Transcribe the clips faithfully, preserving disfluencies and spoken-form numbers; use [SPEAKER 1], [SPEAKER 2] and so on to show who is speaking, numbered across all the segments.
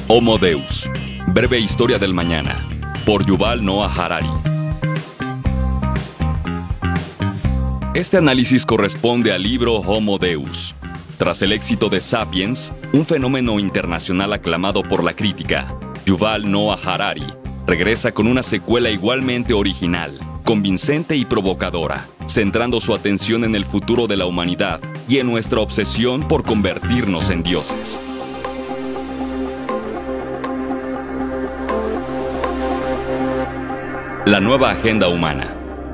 [SPEAKER 1] Homo Deus, breve historia del mañana, por Yuval Noah Harari. Este análisis corresponde al libro Homo Deus. Tras el éxito de Sapiens, un fenómeno internacional aclamado por la crítica, Yuval Noah Harari regresa con una secuela igualmente original, convincente y provocadora, centrando su atención en el futuro de la humanidad y en nuestra obsesión por convertirnos en dioses. La nueva agenda humana.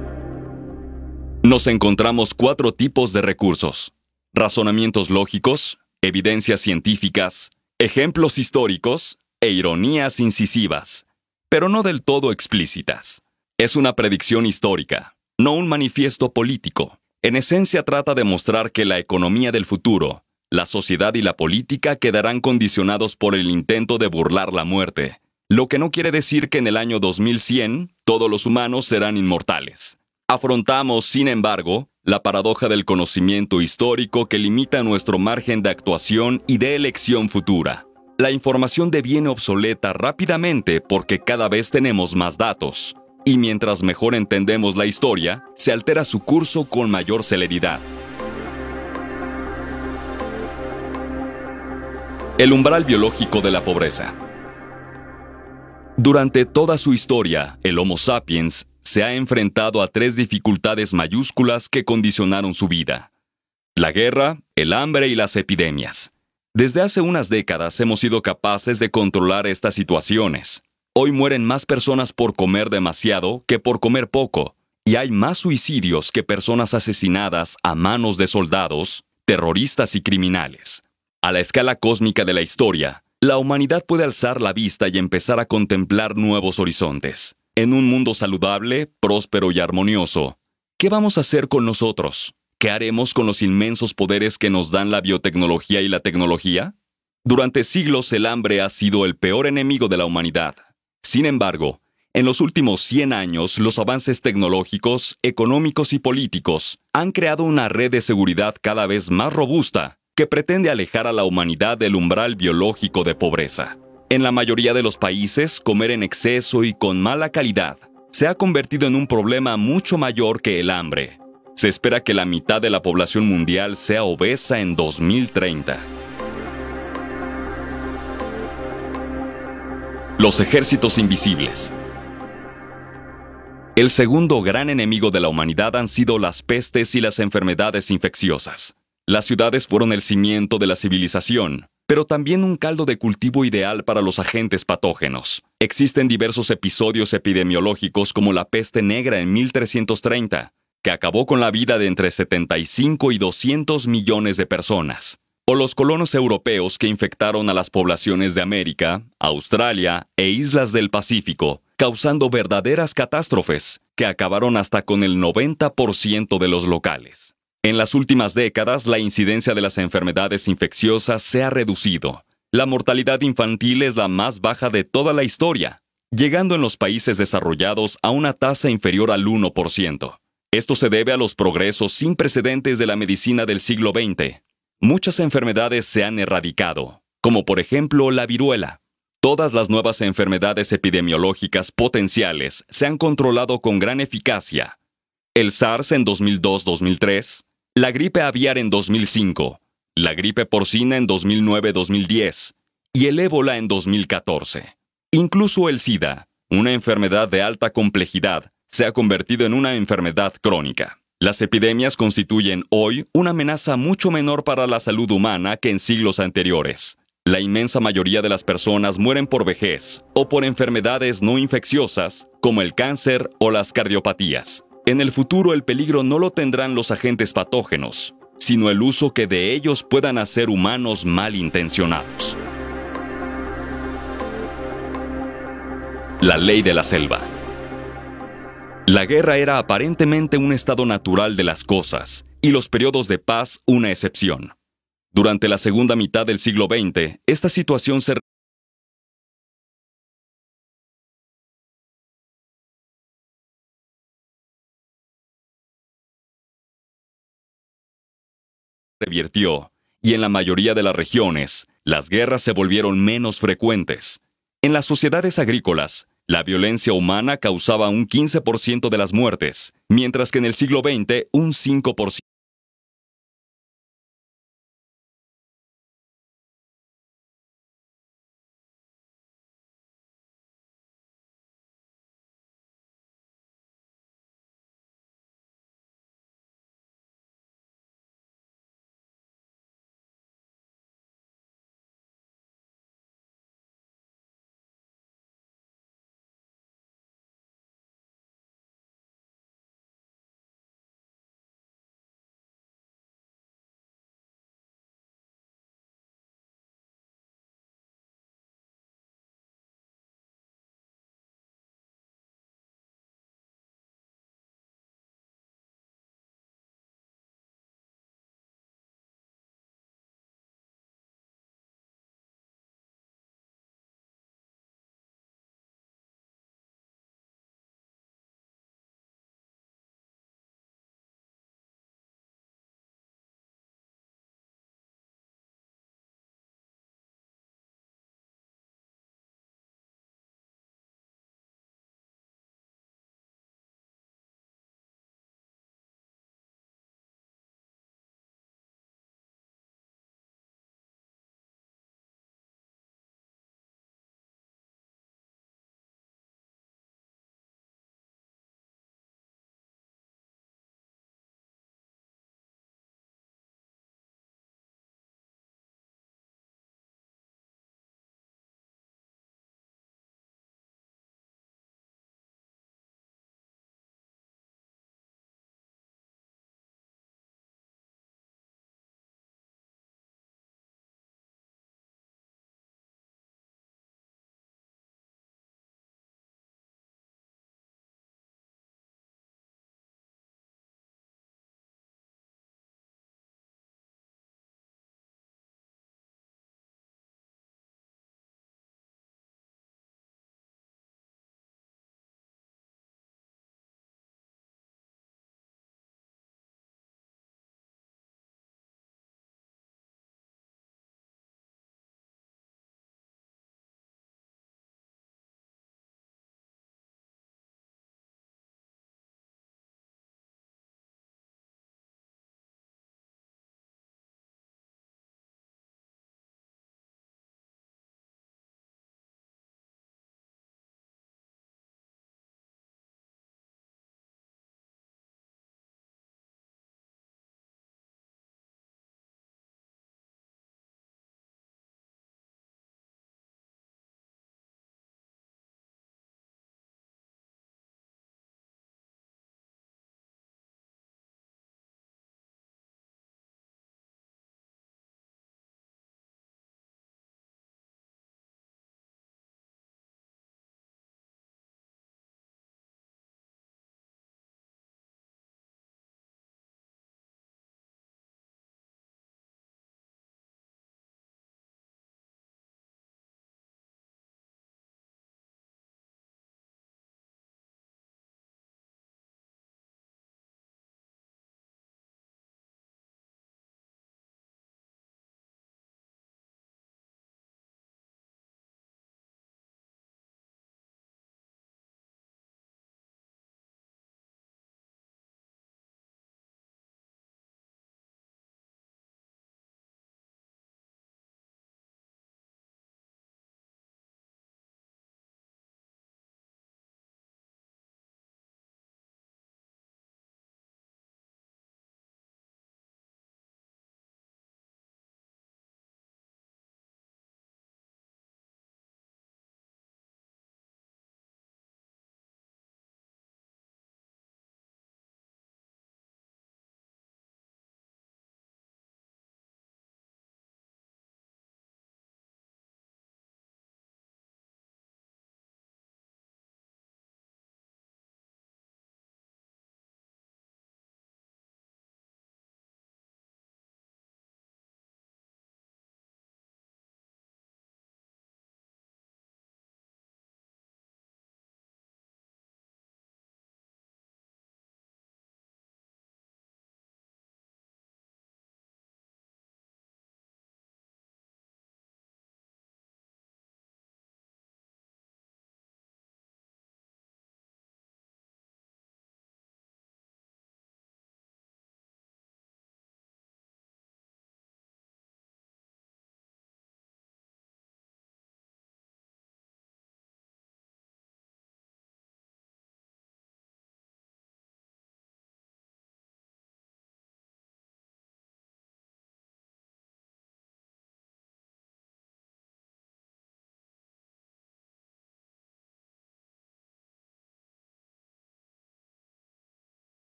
[SPEAKER 1] Nos encontramos cuatro tipos de recursos: razonamientos lógicos, evidencias científicas, ejemplos históricos e ironías incisivas, pero no del todo explícitas. Es una predicción histórica, no un manifiesto político. En esencia trata de mostrar que la economía del futuro, la sociedad y la política quedarán condicionados por el intento de burlar la muerte, lo que no quiere decir que en el año dos mil cien todos los humanos serán inmortales. Afrontamos, sin embargo, la paradoja del conocimiento histórico que limita nuestro margen de actuación y de elección futura. La información deviene obsoleta rápidamente porque cada vez tenemos más datos, y mientras mejor entendemos la historia, se altera su curso con mayor celeridad. El umbral biológico de la pobreza. Durante toda su historia, el Homo sapiens se ha enfrentado a tres dificultades mayúsculas que condicionaron su vida: la guerra, el hambre y las epidemias. Desde hace unas décadas hemos sido capaces de controlar estas situaciones. Hoy mueren más personas por comer demasiado que por comer poco, y hay más suicidios que personas asesinadas a manos de soldados, terroristas y criminales. A la escala cósmica de la historia, la humanidad puede alzar la vista y empezar a contemplar nuevos horizontes. En un mundo saludable, próspero y armonioso, ¿qué vamos a hacer con nosotros? ¿Qué haremos con los inmensos poderes que nos dan la biotecnología y la tecnología? Durante siglos el hambre ha sido el peor enemigo de la humanidad. Sin embargo, en los últimos cien años, los avances tecnológicos, económicos y políticos han creado una red de seguridad cada vez más robusta que pretende alejar a la humanidad del umbral biológico de pobreza. En la mayoría de los países, comer en exceso y con mala calidad se ha convertido en un problema mucho mayor que el hambre. Se espera que la mitad de la población mundial sea obesa en dos mil treinta. Los ejércitos invisibles. El segundo gran enemigo de la humanidad han sido las pestes y las enfermedades infecciosas. Las ciudades fueron el cimiento de la civilización, pero también un caldo de cultivo ideal para los agentes patógenos. Existen diversos episodios epidemiológicos como la peste negra en mil trescientos treinta, que acabó con la vida de entre setenta y cinco y doscientos millones de personas, o los colonos europeos que infectaron a las poblaciones de América, Australia e islas del Pacífico, causando verdaderas catástrofes que acabaron hasta con el noventa por ciento de los locales. En las últimas décadas, la incidencia de las enfermedades infecciosas se ha reducido. La mortalidad infantil es la más baja de toda la historia, llegando en los países desarrollados a una tasa inferior al uno por ciento. Esto se debe a los progresos sin precedentes de la medicina del siglo veinte. Muchas enfermedades se han erradicado, como por ejemplo la viruela. Todas las nuevas enfermedades epidemiológicas potenciales se han controlado con gran eficacia. El SARS en dos mil dos a dos mil tres, la gripe aviar en dos mil cinco, la gripe porcina en dos mil nueve a dos mil diez y el ébola en dos mil catorce. Incluso el SIDA, una enfermedad de alta complejidad, se ha convertido en una enfermedad crónica. Las epidemias constituyen hoy una amenaza mucho menor para la salud humana que en siglos anteriores. La inmensa mayoría de las personas mueren por vejez o por enfermedades no infecciosas como el cáncer o las cardiopatías. En el futuro el peligro no lo tendrán los agentes patógenos, sino el uso que de ellos puedan hacer humanos malintencionados. La ley de la selva. La guerra era aparentemente un estado natural de las cosas, y los periodos de paz una excepción. Durante la segunda mitad del siglo veinte, esta situación se revirtió, y en la mayoría de las regiones, Las guerras se volvieron menos frecuentes. En las sociedades agrícolas, la violencia humana causaba un quince por ciento de las muertes, mientras que en el siglo veinte un cinco por ciento.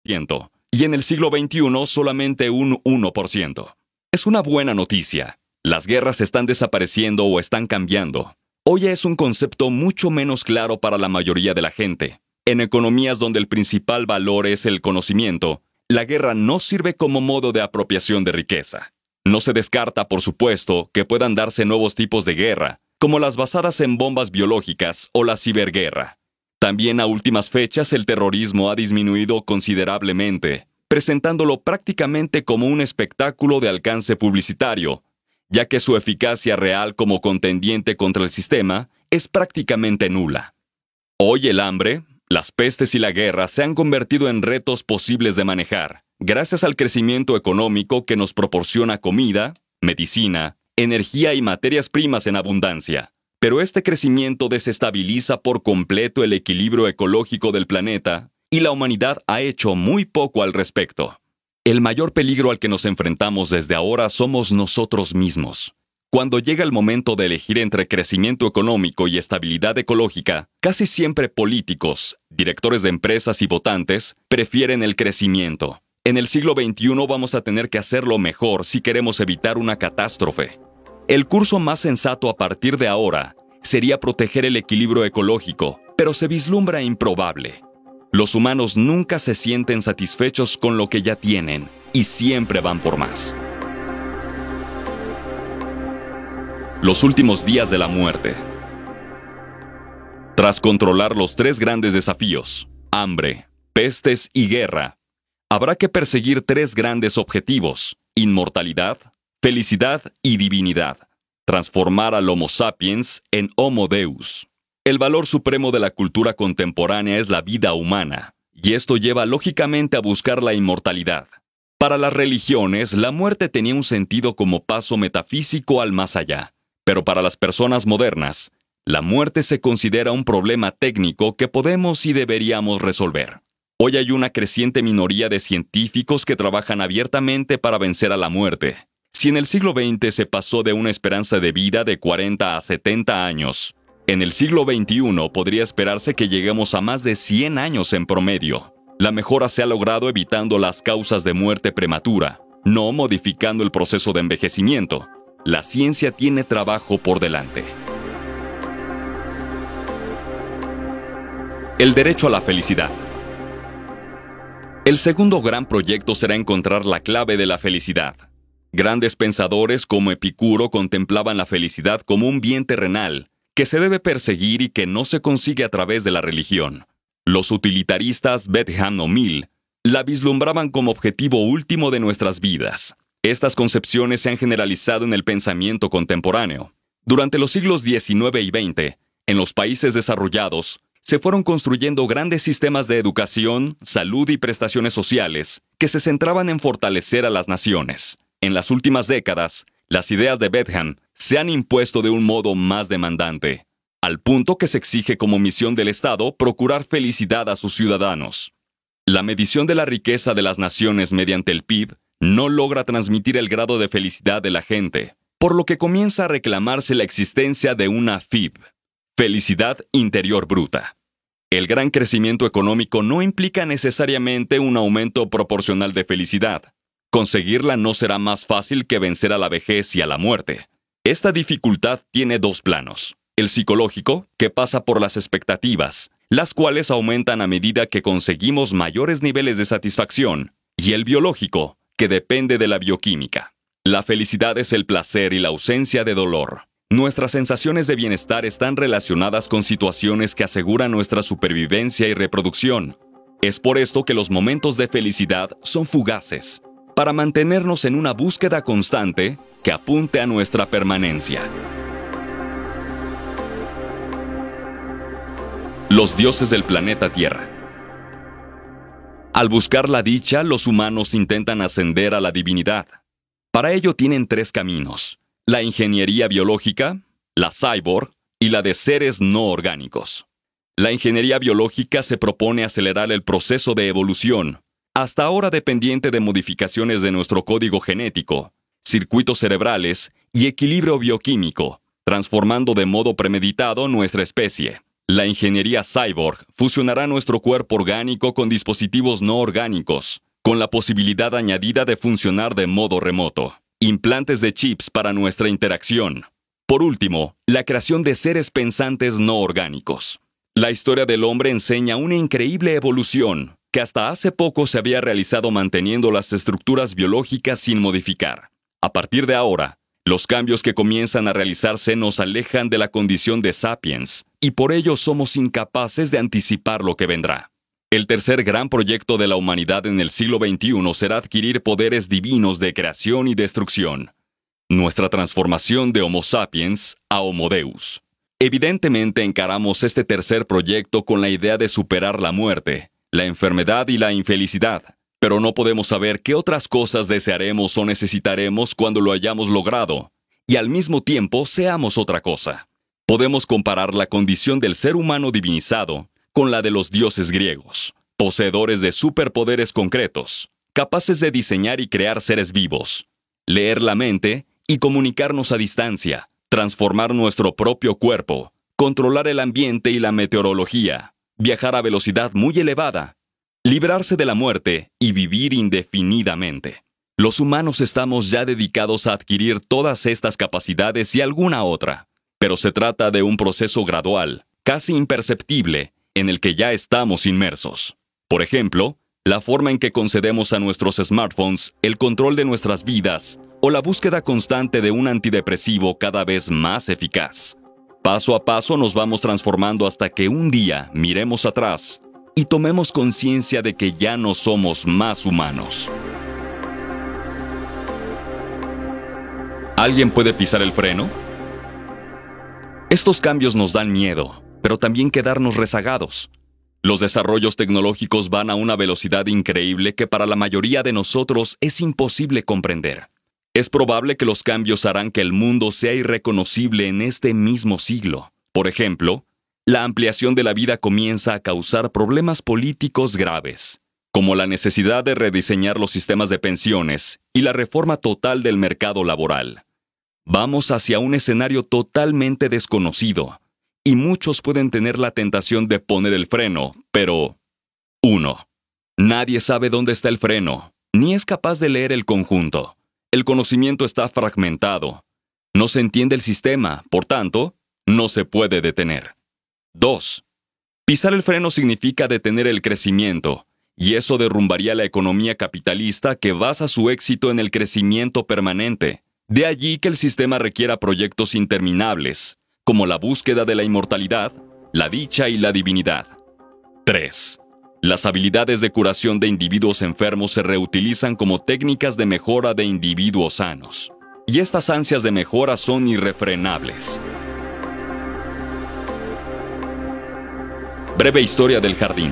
[SPEAKER 1] ciento, y en el siglo veintiuno solamente un uno por ciento. Es una buena noticia. Las guerras están desapareciendo o están cambiando. Hoy es un concepto mucho menos claro para la mayoría de la gente. En economías donde el principal valor es el conocimiento, la guerra no sirve como modo de apropiación de riqueza. No se descarta, por supuesto, que puedan darse nuevos tipos de guerra, como las basadas en bombas biológicas o la ciberguerra. También a últimas fechas el terrorismo ha disminuido considerablemente, presentándolo prácticamente como un espectáculo de alcance publicitario, ya que su eficacia real como contendiente contra el sistema es prácticamente nula. Hoy el hambre, las pestes y la guerra se han convertido en retos posibles de manejar, gracias al crecimiento económico que nos proporciona comida, medicina, energía y materias primas en abundancia. Pero este crecimiento desestabiliza por completo el equilibrio ecológico del planeta y la humanidad ha hecho muy poco al respecto. El mayor peligro al que nos enfrentamos desde ahora somos nosotros mismos. Cuando llega el momento de elegir entre crecimiento económico y estabilidad ecológica, casi siempre políticos, directores de empresas y votantes prefieren el crecimiento. En el siglo veintiuno vamos a tener que hacerlo mejor si queremos evitar una catástrofe. El curso más sensato a partir de ahora sería proteger el equilibrio ecológico, pero se vislumbra improbable. Los humanos nunca se sienten satisfechos con lo que ya tienen y siempre van por más. Los últimos días de la muerte. Tras controlar los tres grandes desafíos, hambre, pestes y guerra, habrá que perseguir tres grandes objetivos: inmortalidad, felicidad y divinidad. Transformar al Homo sapiens en Homo Deus. El valor supremo de la cultura contemporánea es la vida humana, y esto lleva lógicamente a buscar la inmortalidad. Para las religiones, la muerte tenía un sentido como paso metafísico al más allá, pero para las personas modernas, la muerte se considera un problema técnico que podemos y deberíamos resolver. Hoy hay una creciente minoría de científicos que trabajan abiertamente para vencer a la muerte. Si en el siglo veinte se pasó de una esperanza de vida de cuarenta a setenta años, en el siglo veintiuno podría esperarse que lleguemos a más de cien años en promedio. La mejora se ha logrado evitando las causas de muerte prematura, no modificando el proceso de envejecimiento. La ciencia tiene trabajo por delante. El derecho a la felicidad. El segundo gran proyecto será encontrar la clave de la felicidad. Grandes pensadores como Epicuro contemplaban la felicidad como un bien terrenal que se debe perseguir y que no se consigue a través de la religión. Los utilitaristas Bentham o Mill la vislumbraban como objetivo último de nuestras vidas. Estas concepciones se han generalizado en el pensamiento contemporáneo. Durante los siglos diecinueve y veinte, en los países desarrollados, se fueron construyendo grandes sistemas de educación, salud y prestaciones sociales que se centraban en fortalecer a las naciones. En las últimas décadas, las ideas de Bentham se han impuesto de un modo más demandante, al punto que se exige como misión del Estado procurar felicidad a sus ciudadanos. La medición de la riqueza de las naciones mediante el P I B no logra transmitir el grado de felicidad de la gente, por lo que comienza a reclamarse la existencia de una F I B, felicidad interior bruta. El gran crecimiento económico no implica necesariamente un aumento proporcional de felicidad. Conseguirla no será más fácil que vencer a la vejez y a la muerte. Esta dificultad tiene dos planos. El psicológico, que pasa por las expectativas, las cuales aumentan a medida que conseguimos mayores niveles de satisfacción, y el biológico, que depende de la bioquímica. La felicidad es el placer y la ausencia de dolor. Nuestras sensaciones de bienestar están relacionadas con situaciones que aseguran nuestra supervivencia y reproducción. Es por esto que los momentos de felicidad son fugaces, para mantenernos en una búsqueda constante que apunte a nuestra permanencia. Los dioses del planeta Tierra. Al buscar la dicha, los humanos intentan ascender a la divinidad. Para ello tienen tres caminos: la ingeniería biológica, la cyborg y la de seres no orgánicos. La ingeniería biológica se propone acelerar el proceso de evolución, hasta ahora dependiente de modificaciones de nuestro código genético, circuitos cerebrales y equilibrio bioquímico, transformando de modo premeditado nuestra especie. La ingeniería cyborg fusionará nuestro cuerpo orgánico con dispositivos no orgánicos, con la posibilidad añadida de funcionar de modo remoto. Implantes de chips para nuestra interacción. Por último, la creación de seres pensantes no orgánicos. La historia del hombre enseña una increíble evolución que hasta hace poco se había realizado manteniendo las estructuras biológicas sin modificar. A partir de ahora, los cambios que comienzan a realizarse nos alejan de la condición de sapiens, y por ello somos incapaces de anticipar lo que vendrá. El tercer gran proyecto de la humanidad en el siglo veintiuno será adquirir poderes divinos de creación y destrucción. Nuestra transformación de Homo sapiens a Homo Deus. Evidentemente encaramos este tercer proyecto con la idea de superar la muerte, la enfermedad y la infelicidad, pero no podemos saber qué otras cosas desearemos o necesitaremos cuando lo hayamos logrado, y al mismo tiempo seamos otra cosa. Podemos comparar la condición del ser humano divinizado con la de los dioses griegos, poseedores de superpoderes concretos, capaces de diseñar y crear seres vivos, leer la mente y comunicarnos a distancia, transformar nuestro propio cuerpo, controlar el ambiente y la meteorología, viajar a velocidad muy elevada, librarse de la muerte y vivir indefinidamente. Los humanos estamos ya dedicados a adquirir todas estas capacidades y alguna otra, pero se trata de un proceso gradual, casi imperceptible, en el que ya estamos inmersos. Por ejemplo, la forma en que concedemos a nuestros smartphones el control de nuestras vidas o la búsqueda constante de un antidepresivo cada vez más eficaz. Paso a paso nos vamos transformando hasta que un día miremos atrás y tomemos conciencia de que ya no somos más humanos. ¿Alguien puede pisar el freno? Estos cambios nos dan miedo, pero también quedarnos rezagados. Los desarrollos tecnológicos van a una velocidad increíble que para la mayoría de nosotros es imposible comprender. Es probable que los cambios harán que el mundo sea irreconocible en este mismo siglo. Por ejemplo, la ampliación de la vida comienza a causar problemas políticos graves, como la necesidad de rediseñar los sistemas de pensiones y la reforma total del mercado laboral. Vamos hacia un escenario totalmente desconocido, y muchos pueden tener la tentación de poner el freno, pero... uno. Nadie sabe dónde está el freno, ni es capaz de leer el conjunto. El conocimiento está fragmentado. No se entiende el sistema, por tanto, no se puede detener. dos. Pisar el freno significa detener el crecimiento, y eso derrumbaría la economía capitalista que basa su éxito en el crecimiento permanente. De allí que el sistema requiera proyectos interminables, como la búsqueda de la inmortalidad, la dicha y la divinidad. tres. Las habilidades de curación de individuos enfermos se reutilizan como técnicas de mejora de individuos sanos. Y estas ansias de mejora son irrefrenables. Breve historia del jardín.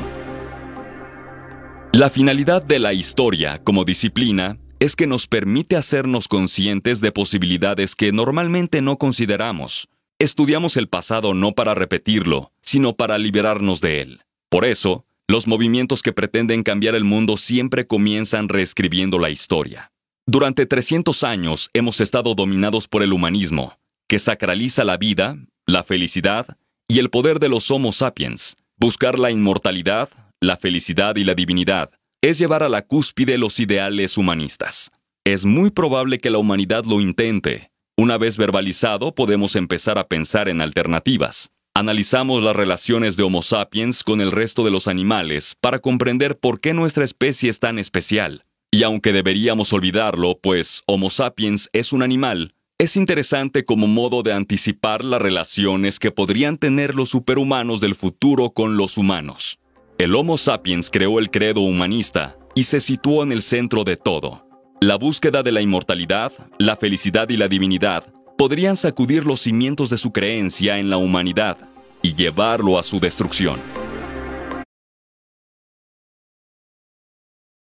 [SPEAKER 1] La finalidad de la historia como disciplina es que nos permite hacernos conscientes de posibilidades que normalmente no consideramos. Estudiamos el pasado no para repetirlo, sino para liberarnos de él. Por eso, los movimientos que pretenden cambiar el mundo siempre comienzan reescribiendo la historia. Durante trescientos años hemos estado dominados por el humanismo, que sacraliza la vida, la felicidad y el poder de los Homo sapiens. Buscar la inmortalidad, la felicidad y la divinidad es llevar a la cúspide los ideales humanistas. Es muy probable que la humanidad lo intente. Una vez verbalizado, podemos empezar a pensar en alternativas. Analizamos las relaciones de Homo sapiens con el resto de los animales para comprender por qué nuestra especie es tan especial. Y aunque deberíamos olvidarlo, pues Homo sapiens es un animal, es interesante como modo de anticipar las relaciones que podrían tener los superhumanos del futuro con los humanos. El Homo sapiens creó el credo humanista y se situó en el centro de todo. La búsqueda de la inmortalidad, la felicidad y la divinidad podrían sacudir los cimientos de su creencia en la humanidad y llevarlo a su destrucción.